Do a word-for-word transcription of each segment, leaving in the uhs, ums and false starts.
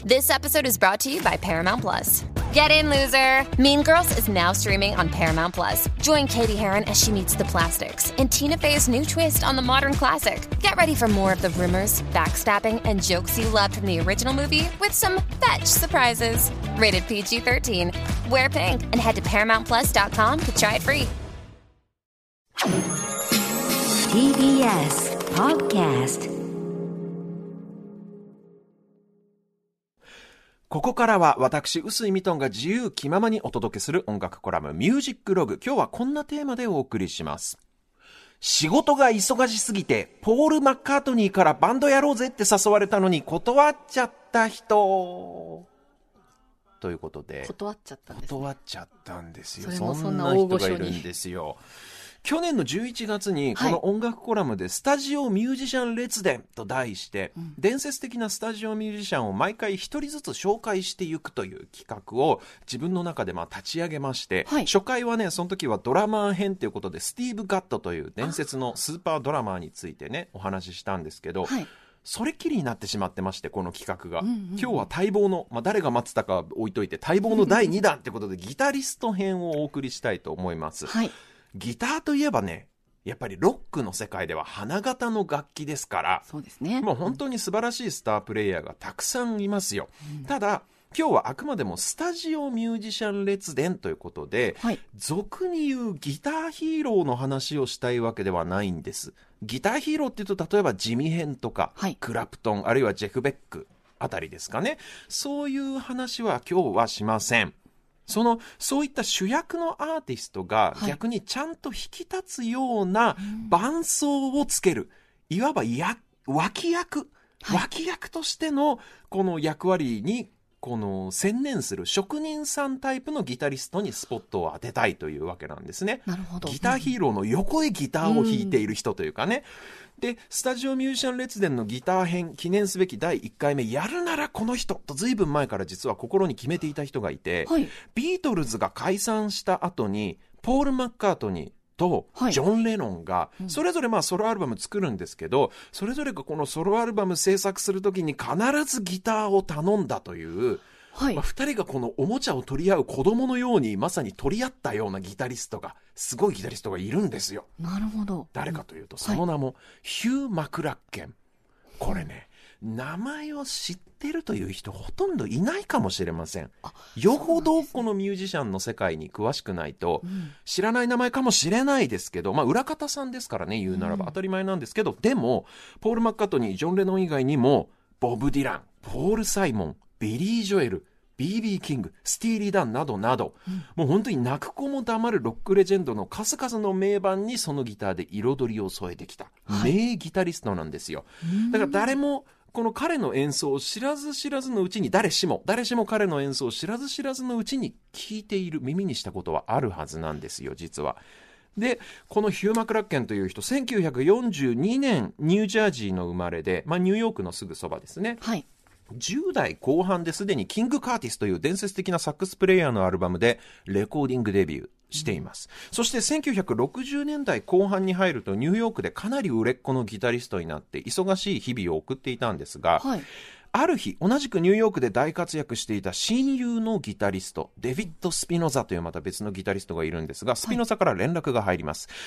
This episode is brought to you by Paramount Plus. Get in, loser! Mean Girls is now streaming on Paramount Plus. Join Katie Heron as she meets the plastics in Tina Fey's new twist on the modern classic. Get ready for more of the rumors, backstabbing, and jokes you loved from the original movie with some fetch surprises. Rated P G thirteen. Wear pink and head to paramount plus dot com to try it free. ティービーエス Podcast。 ここからは私、臼井ミトンが自由気ままにお届けする音楽コラムミュージックログ。今日はこんなテーマでお送りします。仕事が忙しすぎて、ポール・マッカートニーからバンドやろうぜって誘われたのに断っちゃった人。ということで。 断っちゃったんです、ね。 断っちゃったんですよ。 それもそんなそんな人大御所にがいるんですよ。去年のじゅういちがつにこの音楽コラムでスタジオミュージシャン列伝と題して、伝説的なスタジオミュージシャンを毎回一人ずつ紹介していくという企画を自分の中でまあ立ち上げまして、 はい、 初回はねその時はドラマー編ということでスティーブ・ガットという伝説のスーパードラマーについてねお話ししたんですけど、はい、それっきりになってしまってまして、この企画が、うんうんうん、今日は待望の、まあ、誰が待ってたか置いといて待望のだいにだんということでギタリスト編をお送りしたいと思います、はい、ギターといえばねやっぱりロックの世界では花形の楽器ですから、 そうですね、 もう本当に素晴らしいスタープレイヤーがたくさんいますよ、うん、ただ今日はあくまでもスタジオミュージシャン列伝ということで、はい、俗に言うギターヒーローの話をしたいわけではないんです。ギターヒーローっていうと例えばジミヘンとか、はい、クラプトンあるいはジェフ・ベックあたりですかね。そういう話は今日はしません。そのそういった主役のアーティストが逆にちゃんと引き立つような伴奏をつける、いわばや脇役、はい、脇役としてのこの役割にこの専念する職人さんタイプのギタリストにスポットを当てたいというわけなんですね。 なるほど。 ギターヒーローの横へギターを弾いている人というかね、でスタジオミュージシャン列伝のギター編記念すべきだいいっかいめ、やるならこの人とずいぶん前から実は心に決めていた人がいて、はい、ビートルズが解散した後にポール・マッカートニーとジョン・レノンがそれぞれまあソロアルバム作るんですけど、それぞれがこのソロアルバム制作するときに必ずギターを頼んだという、はいまあ、ふたりがこのおもちゃを取り合う子供のようにまさに取り合ったようなギタリストがすごいギタリストがいるんですよ。 なるほど。 誰かというとその名も、はい、ヒュー・マクラッケン。これね名前を知ってるという人ほとんどいないかもしれません。よほどこのミュージシャンの世界に詳しくないと知らない名前かもしれないですけど、まあ裏方さんですからね言うならば当たり前なんですけど、うん、でもポール・マッカートニー、ジョン・レノン以外にもボブ・ディラン、ポール・サイモン、ビリー・ジョエル、ビービー キング、スティーリー・ダンなどなど、うん、もう本当に泣く子も黙るロックレジェンドの数々の名盤にそのギターで彩りを添えてきた、はい、名ギタリストなんですよ。だから誰もこの彼の演奏を知らず知らずのうちに、誰しも誰しも彼の演奏を知らず知らずのうちに聞いている、耳にしたことはあるはずなんですよ実は。でこのヒュー・マクラッケンという人、せんきゅうひゃくよんじゅうにねんニュージャージーの生まれで、まあ、ニューヨークのすぐそばですね、はい、じゅう代後半ですでにキング・カーティスという伝説的なサックスプレイヤーのアルバムでレコーディングデビューしています、うん、そしてせんきゅうひゃくろくじゅうねんだいこう半に入るとニューヨークでかなり売れっ子のギタリストになって忙しい日々を送っていたんですが、はい、ある日同じくニューヨークで大活躍していた親友のギタリストデビッド・スピノザというまた別のギタリストがいるんですが、スピノザから連絡が入ります、はい、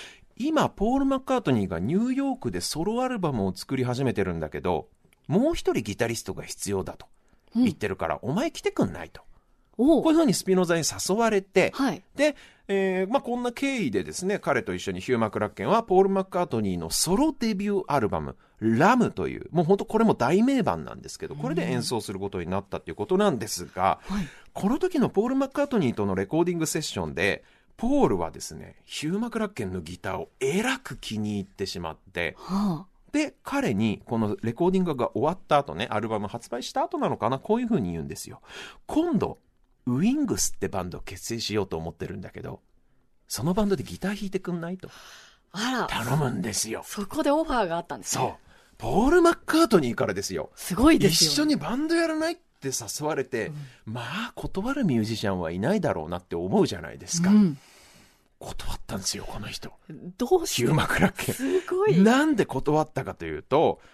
今ポール・マッカートニーがニューヨークでソロアルバムを作り始めてるんだけど、もう一人ギタリストが必要だと言ってるから、うん、お前来てくんないと、こういうふうにスピノザに誘われて、はい、で、えーまあ、こんな経緯でですね、彼と一緒にヒュー・マクラッケンはポール・マッカートニーのソロデビューアルバムラムという、もう本当これも大名盤なんですけど、これで演奏することになったということなんですが、はい、この時のポール・マッカートニーとのレコーディングセッションでポールはですね、ヒュー・マクラッケンのギターをえらく気に入ってしまって、はあ、で彼にこのレコーディングが終わった後ね、アルバム発売した後なのかな、こういう風に言うんですよ。今度ウィングスってバンドを結成しようと思ってるんだけど、そのバンドでギター弾いてくんないとあら頼むんですよ。 そこでオファーがあったんですね。 そう、ポール・マッカートニーからですよ。 すごいですよ、 一緒にバンドやらないって誘われて、うん、まあ断るミュージシャンはいないだろうなって思うじゃないですか、うん、断ったんですよこの人。 どうして？ ヒュー・マクラッケン。 すごい。 なんで断ったかというと、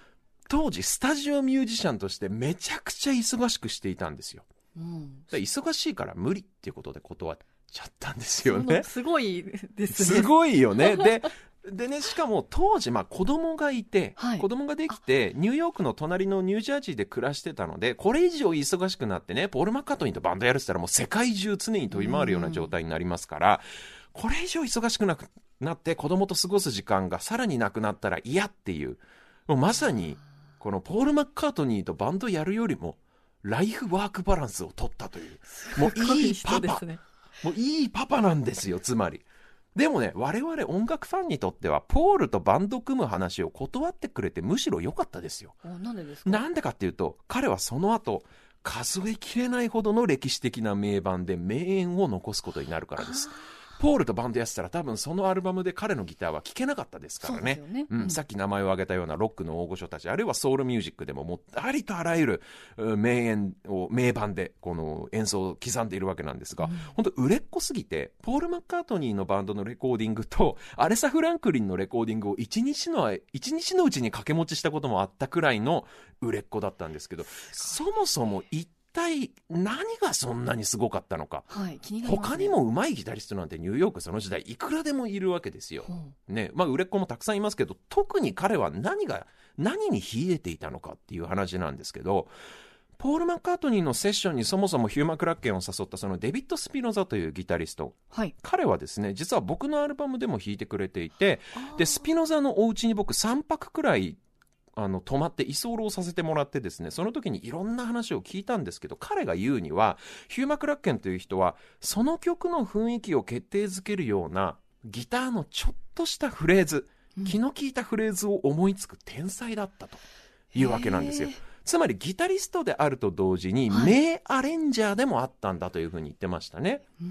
当時スタジオミュージシャンとしてめちゃくちゃ忙しくしていたんですよ。 うん、 だから忙しいから無理っていうことで断っちゃったんですよね。 すごいですね。 すごいよね。ででね、しかも当時、まあ、子供がいて、 はい、 子供ができてニューヨークの隣のニュージャージーで暮らしてたので、これ以上忙しくなってね、ポール・マッカートニーとバンドやるって言ったらもう世界中常に飛び回るような状態になりますから、うん、これ以上忙しくなくなって子供と過ごす時間がさらになくなったら嫌っていう、もうまさにこのポール・マッカートニーとバンドやるよりもライフワークバランスを取ったという、もういいパパ、ね、もういいパパなんですよ。つまりでもね、我々音楽ファンにとってはポールとバンド組む話を断ってくれてむしろ良かったですよ。 なんでですか？ なんでかっていうと、彼はその後数えきれないほどの歴史的な名盤で名演を残すことになるからです。ポールとバンドやってたら多分そのアルバムで彼のギターは聴けなかったですからね。 そうですよね、 うんうん、 さっき名前を挙げたようなロックの大御所たち、あるいはソウルミュージックでももうありとあらゆる名演を名盤でこの演奏を刻んでいるわけなんですが、うん、本当売れっ子すぎてポール・マッカートニーのバンドのレコーディングとアレサ・フランクリンのレコーディングを一日の一日のうちに掛け持ちしたこともあったくらいの売れっ子だったんですけど、そもそも一一体何がそんなにすごかったのか、 はい、気になりますね。 他にも上手いギタリストなんてニューヨークその時代いくらでもいるわけですよ、うんね、まあ売れっ子もたくさんいますけど、特に彼は何が何に秀でていたのかっていう話なんですけど、ポール・マッカートニーのセッションにそもそもヒューマ・クラッケンを誘ったそのデビッド・スピノザというギタリスト、はい、彼はですね実は僕のアルバムでも弾いてくれていて、でスピノザのお家に僕さんぱくくらいあの泊まって居候させてもらってですね、その時にいろんな話を聞いたんですけど、彼が言うにはヒューマ・クラッケンという人はその曲の雰囲気を決定づけるようなギターのちょっとしたフレーズ、うん、気の利いたフレーズを思いつく天才だったというわけなんですよ。つまりギタリストであると同時に名アレンジャーでもあったんだというふうに言ってましたね、はい、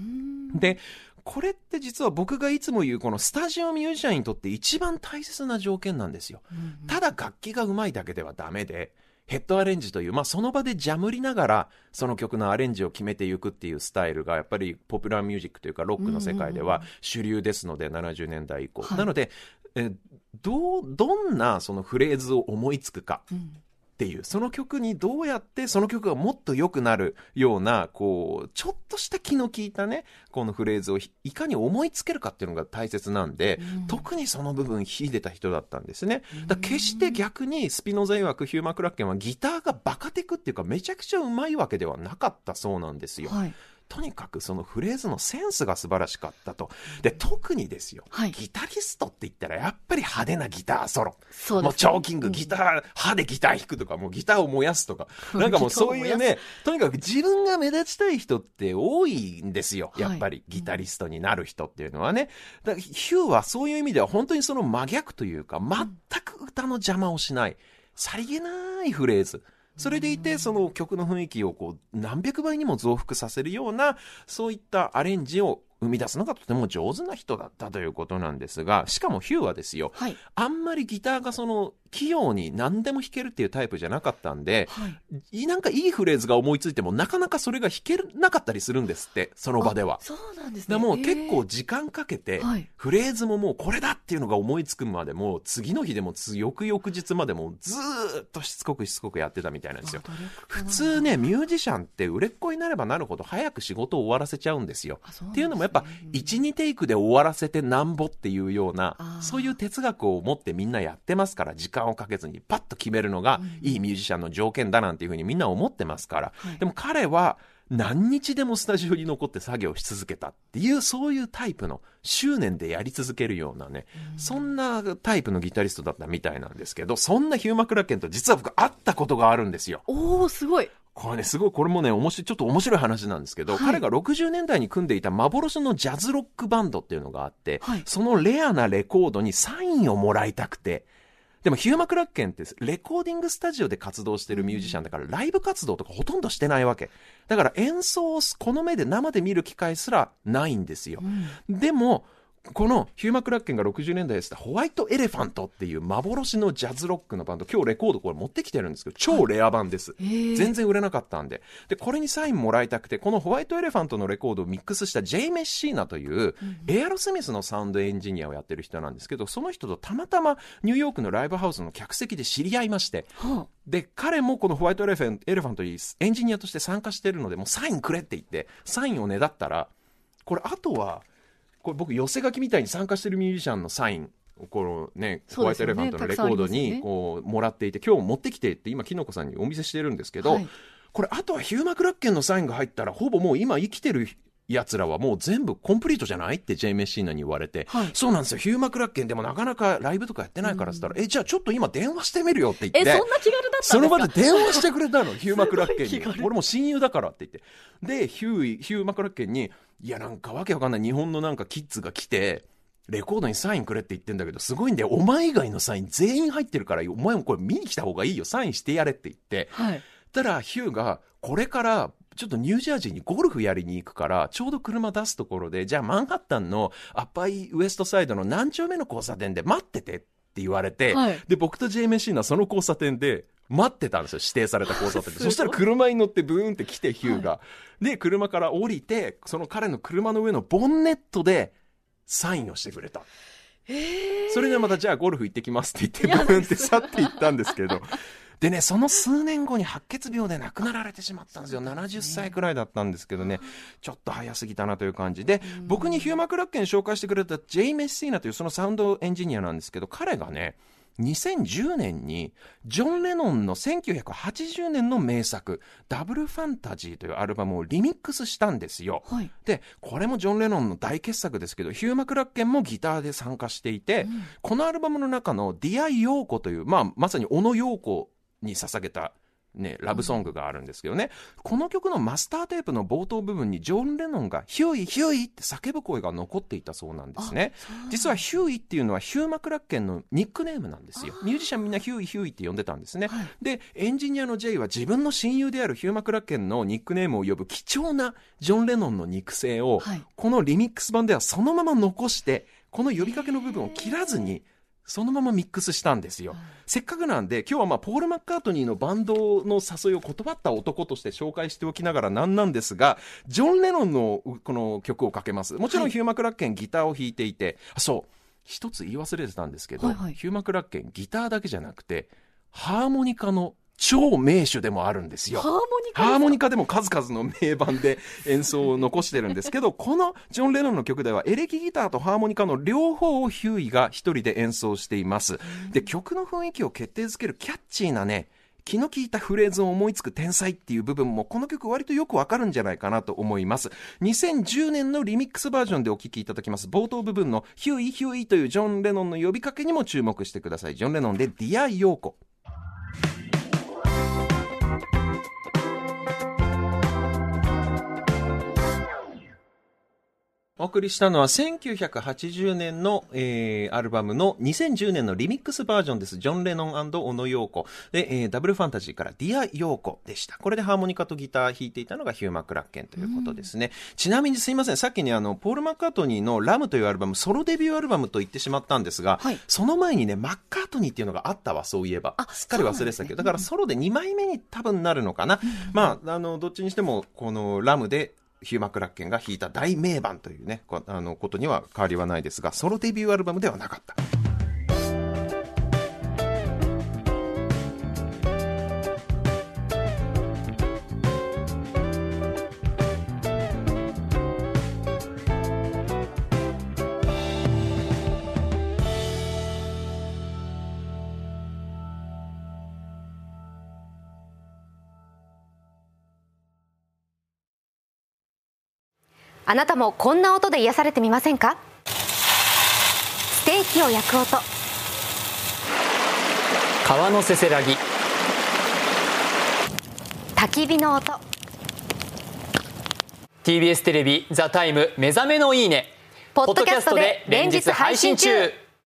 でこれって実は僕がいつも言うこのスタジオミュージシャンにとって一番大切な条件なんですよ、うんうん、ただ楽器が上手いだけではダメで、ヘッドアレンジという、まあ、その場でジャムりながらその曲のアレンジを決めていくっていうスタイルがやっぱりポピュラーミュージックというかロックの世界では主流ですので、ななじゅうねんだい以降、はい、なのでえどうどんなそのフレーズを思いつくか、うんっていう、その曲にどうやってその曲がもっと良くなるようなこうちょっとした気の利いたねこのフレーズをいかに思いつけるかっていうのが大切なんで、うん、特にその部分秀でた人だったんですね。だから決して逆にスピノザ曰くヒューマ・クラッケンはギターがバカテクっていうかめちゃくちゃうまいわけではなかったそうなんですよ、はい、とにかくそのフレーズのセンスが素晴らしかったと。で特にですよ、はい、ギタリストって言ったらやっぱり派手なギターソロ、そうですね、もうチョーキング、ギター、うん、歯でギター弾くとかもうギターを燃やすとかなんかもうそういうねとにかく自分が目立ちたい人って多いんですよ、やっぱり、はい、ギタリストになる人っていうのはね。だからヒューはそういう意味では本当にその真逆というか全く歌の邪魔をしないさりげないフレーズ、それでいてその曲の雰囲気をこう何百倍にも増幅させるようなそういったアレンジを生み出すのがとても上手な人だったということなんですが、しかもヒューはですよ、はい、あんまりギターがその器用に何でも弾けるっていうタイプじゃなかったんで、はい、なんかいいフレーズが思いついてもなかなかそれが弾けなかったりするんですって、その場では。 そうなんですね。 だからもう結構時間かけて、はい、フレーズももうこれだっていうのが思いつくまでも次の日でも翌々日までもずーっとしつこくしつこくやってたみたいなんですよ。普通ねミュージシャンって売れっ子になればなるほど早く仕事を終わらせちゃうんですよ。ですね、っていうのもやっぱいち、にテイクで終わらせてなんぼっていうようなそういう哲学を持ってみんなやってますから、時間をかけずにパッと決めるのがいいミュージシャンの条件だなんていうふうにみんな思ってますから、はい、でも彼は何日でもスタジオに残って作業し続けたっていうそういうタイプの執念でやり続けるようなね、うん、そんなタイプのギタリストだったみたいなんですけど、そんなヒューマ・クラッケンと実は僕会ったことがあるんですよ。 おーすごい。 これねすごい、これもね面白い、ちょっと面白い話なんですけど、はい、彼がろくじゅうねんだいに組んでいた幻のジャズロックバンドっていうのがあって、はい、そのレアなレコードにサインをもらいたくて、でもヒューマ・クラッケンってレコーディングスタジオで活動してるミュージシャンだからライブ活動とかほとんどしてないわけだから、演奏をこの目で生で見る機会すらないんですよ、うん、でもこのヒュー・マクラッケンがろくじゅうねんだいやってたホワイトエレファントっていう幻のジャズロックのバンド、今日レコードこれ持ってきてるんですけど超レア版です、全然売れなかったんで、でこれにサインもらいたくて、このホワイトエレファントのレコードをミックスしたジェイ・メッシーナという、うん、エアロスミスのサウンドエンジニアをやってる人なんですけど、その人とたまたまニューヨークのライブハウスの客席で知り合いまして、はあ、で彼もこのホワイトエレファント、エレファントにエンジニアとして参加してるので、もうサインくれって言ってサインをねだったら、これあとはこれ僕寄せ書きみたいに参加してるミュージシャンのサインこのね、ホワイトエレファントのレコードにこうもらっていて、今日持ってきてって今きのこさんにお見せしてるんですけど、はい、これあとはヒュー・マクラッケンのサインが入ったらほぼもう今生きてるやつらはもう全部コンプリートじゃないってジェイ・メッシーナに言われて、はい、そうなんですよ、ヒュー・マクラッケンでもなかなかライブとかやってないからって言ったら、うん、えじゃあちょっと今電話してみるよって言って、 えそんな気軽だったんですか。 その場で電話してくれたのヒュー・マクラッケンに俺も親友だからって言って、でヒュー、ヒュー・マクラッケンにいやなんかわけわかんない日本のなんかキッズが来てレコードにサインくれって言ってんだけどすごいんだよ、お前以外のサイン全員入ってるからお前もこれ見に来た方がいいよ、サインしてやれって言って、はい、たらヒューがこれからちょっとニュージャージーにゴルフやりに行くからちょうど車出すところで、じゃあマンハッタンのアッパーウエストサイドの何丁目の交差点で待っててって言われて、はい、で僕とジェイ・メッシーナその交差点で待ってたんですよ、指定された交差点でそしたら車に乗ってブーンって来てヒューが、はい、で車から降りてその彼の車の上のボンネットでサインをしてくれた。それでまたじゃあゴルフ行ってきますって言ってブーンって去っていったんですけどでね、その数年後に白血病で亡くなられてしまったんですよ。ななじゅっさいくらいだったんですけどね、ちょっと早すぎたなという感じで、僕にヒュー・マクラッケン紹介してくれたジェイ・メッシーナというそのサウンドエンジニアなんですけど、彼がねにせんじゅうねんにジョン・レノンのせんきゅうひゃくはちじゅうねんの名作ダブルファンタジーというアルバムをリミックスしたんですよ、はい、でこれもジョン・レノンの大傑作ですけど、ヒュー・マクラッケンもギターで参加していて、うん、このアルバムの中のディア・ヨーコという、まあ、まさに小野陽子に捧げたね、ラブソングがあるんですけどね、うん、この曲のマスターテープの冒頭部分にジョン・レノンがヒューイヒューイって叫ぶ声が残っていたそうなんですね。実はヒューイっていうのはヒュー・マクラッケンのニックネームなんですよ。ミュージシャンみんなヒューイヒューイって呼んでたんですね、はい、でエンジニアの J は自分の親友であるヒュー・マクラッケンのニックネームを呼ぶ貴重なジョン・レノンの肉声を、はい、このリミックス版ではそのまま残してこの呼びかけの部分を切らずにそのままミックスしたんですよ、うん、せっかくなんで今日はまあポール・マッカートニーのバンドの誘いを断った男として紹介しておきながらなんなんですが、ジョン・レノンのこの曲をかけます。もちろんヒュー・マクラッケンギターを弾いていて、はい、そう一つ言い忘れてたんですけど、はいはい、ヒュー・マクラッケンギターだけじゃなくてハーモニカの超名手でもあるんですよ。 ハーモニカハーモニカでも数々の名盤で演奏を残してるんですけどこのジョン・レノンの曲ではエレキギターとハーモニカの両方をヒューイが一人で演奏しています。で曲の雰囲気を決定づけるキャッチーなね気の利いたフレーズを思いつく天才っていう部分もこの曲割とよくわかるんじゃないかなと思います。にせんじゅうねんのリミックスバージョンでお聴きいただきます冒頭部分のヒューイヒューイというジョン・レノンの呼びかけにも注目してください。ジョン・レノンでディア・ヨーコ。お送りしたのはせんきゅうひゃくはちじゅうねんの、えー、アルバムのにせんじゅうねんのリミックスバージョンです。ジョン・レノン&小野陽子で、えー、ダブルファンタジーからディア・ヨーコでした。これでハーモニカとギター弾いていたのがヒュー・マクラッケンということですね。ちなみにすいません、さっきにあのポール・マッカートニーのラムというアルバムソロデビューアルバムと言ってしまったんですが、はい、その前にねマッカートニーっていうのがあったわ。そういえばすっかり忘れてたけど、ね、だからソロでにまいめに多分なるのかな、うん、まああのどっちにしてもこのラムでヒュー・マクラッケンが弾いた大名盤というねあのことには変わりはないですが、ソロデビューアルバムではなかった。 あなたもこんな音で癒されてみませんか？ステーキを焼く音、 川のせせらぎ、 焚き火の音。 ティービーエス テレビザタイム目覚めのいいねポッドキャストで連日配信中。